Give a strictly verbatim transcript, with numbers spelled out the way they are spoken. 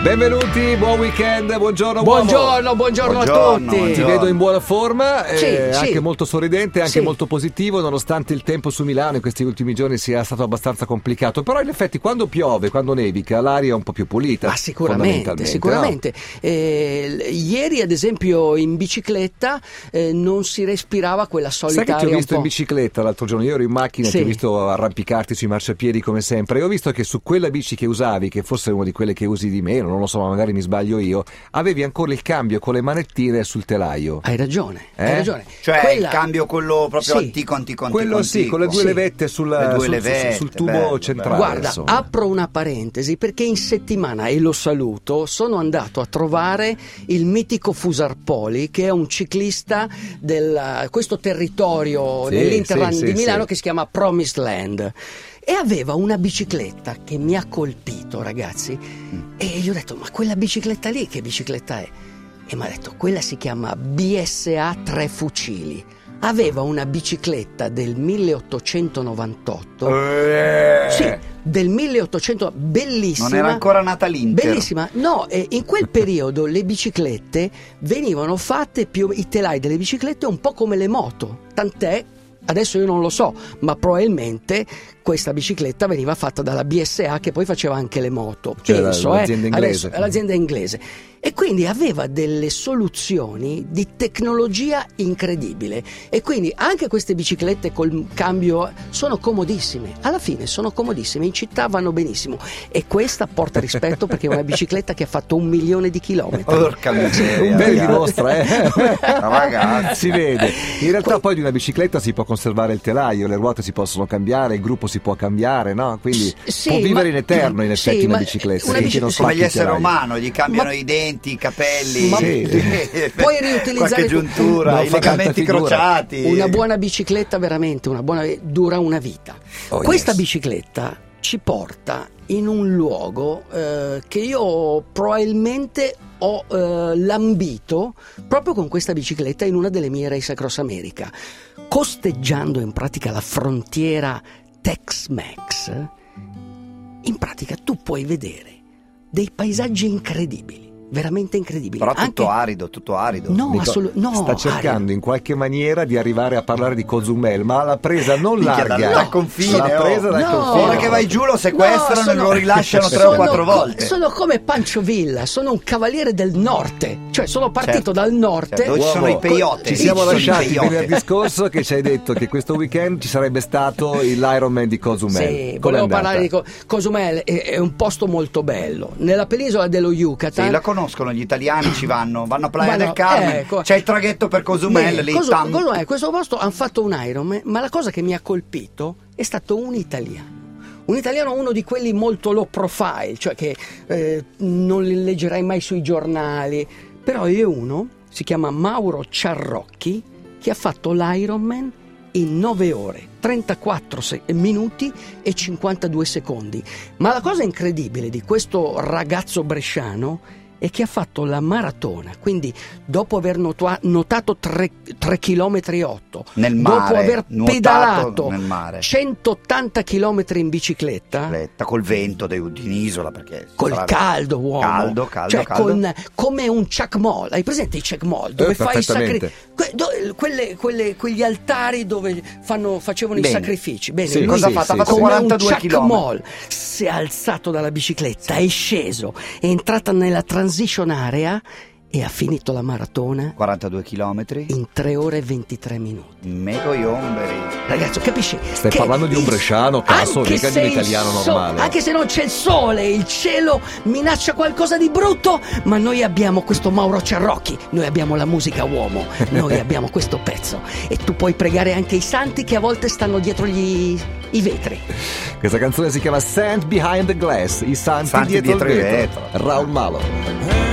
Benvenuti, buon weekend, buongiorno Buongiorno, buongiorno, buongiorno a tutti. buongiorno. Ti vedo in buona forma, sì, eh, sì. anche molto sorridente, anche sì. molto positivo, nonostante il tempo su Milano in questi ultimi giorni sia stato abbastanza complicato. Però in effetti quando piove, quando nevica, l'aria è un po' più pulita. Ma sicuramente, sicuramente. No? Eh, ieri ad esempio in bicicletta eh, non si respirava quella solita aria. Sai che ti ho visto un in po'... bicicletta l'altro giorno, io ero in macchina, sì. ti ho visto arrampicarti sui marciapiedi come sempre, e ho visto che su quella bici che usavi, che forse è una di quelle che usi di meno, non lo so, ma magari mi sbaglio io, avevi ancora il cambio con le manettine sul telaio. Hai ragione, eh? hai ragione. Cioè quella... il cambio quello proprio sì. antico, antico, antico. Quello antico. sì, con le due sì. levette, sulla, le due sul, levette sul tubo bello, centrale. Guarda, insomma. apro una parentesi perché in settimana, e lo saluto, sono andato a trovare il mitico Fusarpoli, che è un ciclista del questo territorio sì, nell'Interland sì, di sì, Milano sì. che si chiama Promised Land. E aveva una bicicletta che mi ha colpito, ragazzi, mm. e gli ho detto: ma quella bicicletta lì che bicicletta è? E mi ha detto: quella si chiama B S A Tre Fucili. Aveva una bicicletta del milleottocentonovantotto, eh. sì, del milleottocento, bellissima. Non era ancora nata l'Inter. Bellissima, no, eh, in quel periodo le biciclette venivano fatte più, i telai delle biciclette un po' come le moto, tant'è. Adesso io non lo so, ma probabilmente questa bicicletta veniva fatta dalla B S A, che poi faceva anche le moto. Cioè penso, l'azienda eh, inglese. adesso, l'azienda inglese. E quindi aveva delle soluzioni di tecnologia incredibile. E quindi anche queste biciclette col cambio sono comodissime. Alla fine sono comodissime, in città vanno benissimo. E questa porta rispetto perché è una bicicletta che ha fatto un milione di chilometri. Porca miseria. Un bel dimostra, eh? Ragazzi, si vede. In realtà poi di una bicicletta si può conservare il telaio, le ruote si possono cambiare, il gruppo si può cambiare, no? Quindi sì, può vivere ma, in eterno in effetti sì, una ma bicicletta. una bici- non come gli esseri telaio. umani, gli cambiano Ma- i denti, i capelli, Ma- Sì. puoi riutilizzare qualche giuntura, Non i fa tanta legamenti figura. crociati. una buona bicicletta, veramente una buona, dura una vita. Oh, Questa yes. bicicletta ci porta in un luogo eh, che io probabilmente ho eh, lambito proprio con questa bicicletta in una delle mie Race Across America, costeggiando in pratica la frontiera Tex-Mex. In pratica tu puoi vedere dei paesaggi incredibili, veramente incredibili. Però tutto Anche... arido, tutto arido. No, Dico, assolu- no, sta cercando arido. in qualche maniera di arrivare a parlare di Cozumel, ma l'ha presa non Minchia, larga, dal- dal confine, l'ha presa oh. dal No. confine. Ora che vai giù lo sequestrano No, sono- e lo rilasciano tre sono o quattro co- volte. Sono come Pancho Villa, sono un cavaliere del norte, cioè sono partito Certo. dal norte. Certo, dove ci sono Uomo, i peyote. ci siamo Ci sono i lasciati peyote. venerdì scorso che ci hai detto che questo weekend ci sarebbe stato l'Ironman di Cozumel. Sì, Com'è volevo andata? parlare di Co- Cozumel, è, è un posto molto bello. Nella penisola dello Yucatan. Sì, la conoscono gli italiani, ci vanno, vanno a Playa Vanno- del Carmen, ecco. c'è il traghetto per Cozumel, Bene, lì Cosu- tam. Cozumel, questo posto hanno fatto un Ironman, ma la cosa che mi ha colpito è stato un italiano. Un italiano, uno di quelli molto low profile, cioè che eh, non li leggerai mai sui giornali, però è uno, si chiama Mauro Ciarrocchi, che ha fatto l'Ironman in nove ore, trentaquattro se- minuti e cinquantadue secondi. Ma la cosa incredibile di questo ragazzo bresciano è che ha fatto la maratona, quindi dopo aver notua- notato tre chilometri e otto, Nel dopo mare, aver nuotato pedalato nel mare. centottanta chilometri in bicicletta, Bicicletta, col vento de- di un'isola, perché col sarà- caldo, uomo, caldo, caldo, cioè caldo. con- come un Chuck Moll. Hai presente i Chuck Moll dove Eh, fai i sacri- perfettamente. que- do- quelle- quelle- quegli altari dove fanno- facevano Bene. i sacrifici? Bene, Sì, lui cosa ha sì, fatto? Ha sì, fatto sì. come quarantadue un Chuck chilometri. Moll si è alzato dalla bicicletta, è sceso, è entrata nella transition area e ha finito la maratona quarantadue chilometri. in tre ore e ventitré minuti. Mego Iomberi. Ragazzo, capisci? Stai che parlando di un il- bresciano, cazzo, anche mica di se un il italiano so- normale. Anche se non c'è il sole, il cielo minaccia qualcosa di brutto, ma noi abbiamo questo Mauro Ciarrocchi, noi abbiamo la musica uomo, noi abbiamo questo pezzo. E tu puoi pregare anche i santi che a volte stanno dietro gli, i vetri. Questa canzone si chiama Sand Behind the Glass, i santi, Santi dietro, dietro il il vetro. vetro. Raul Malo.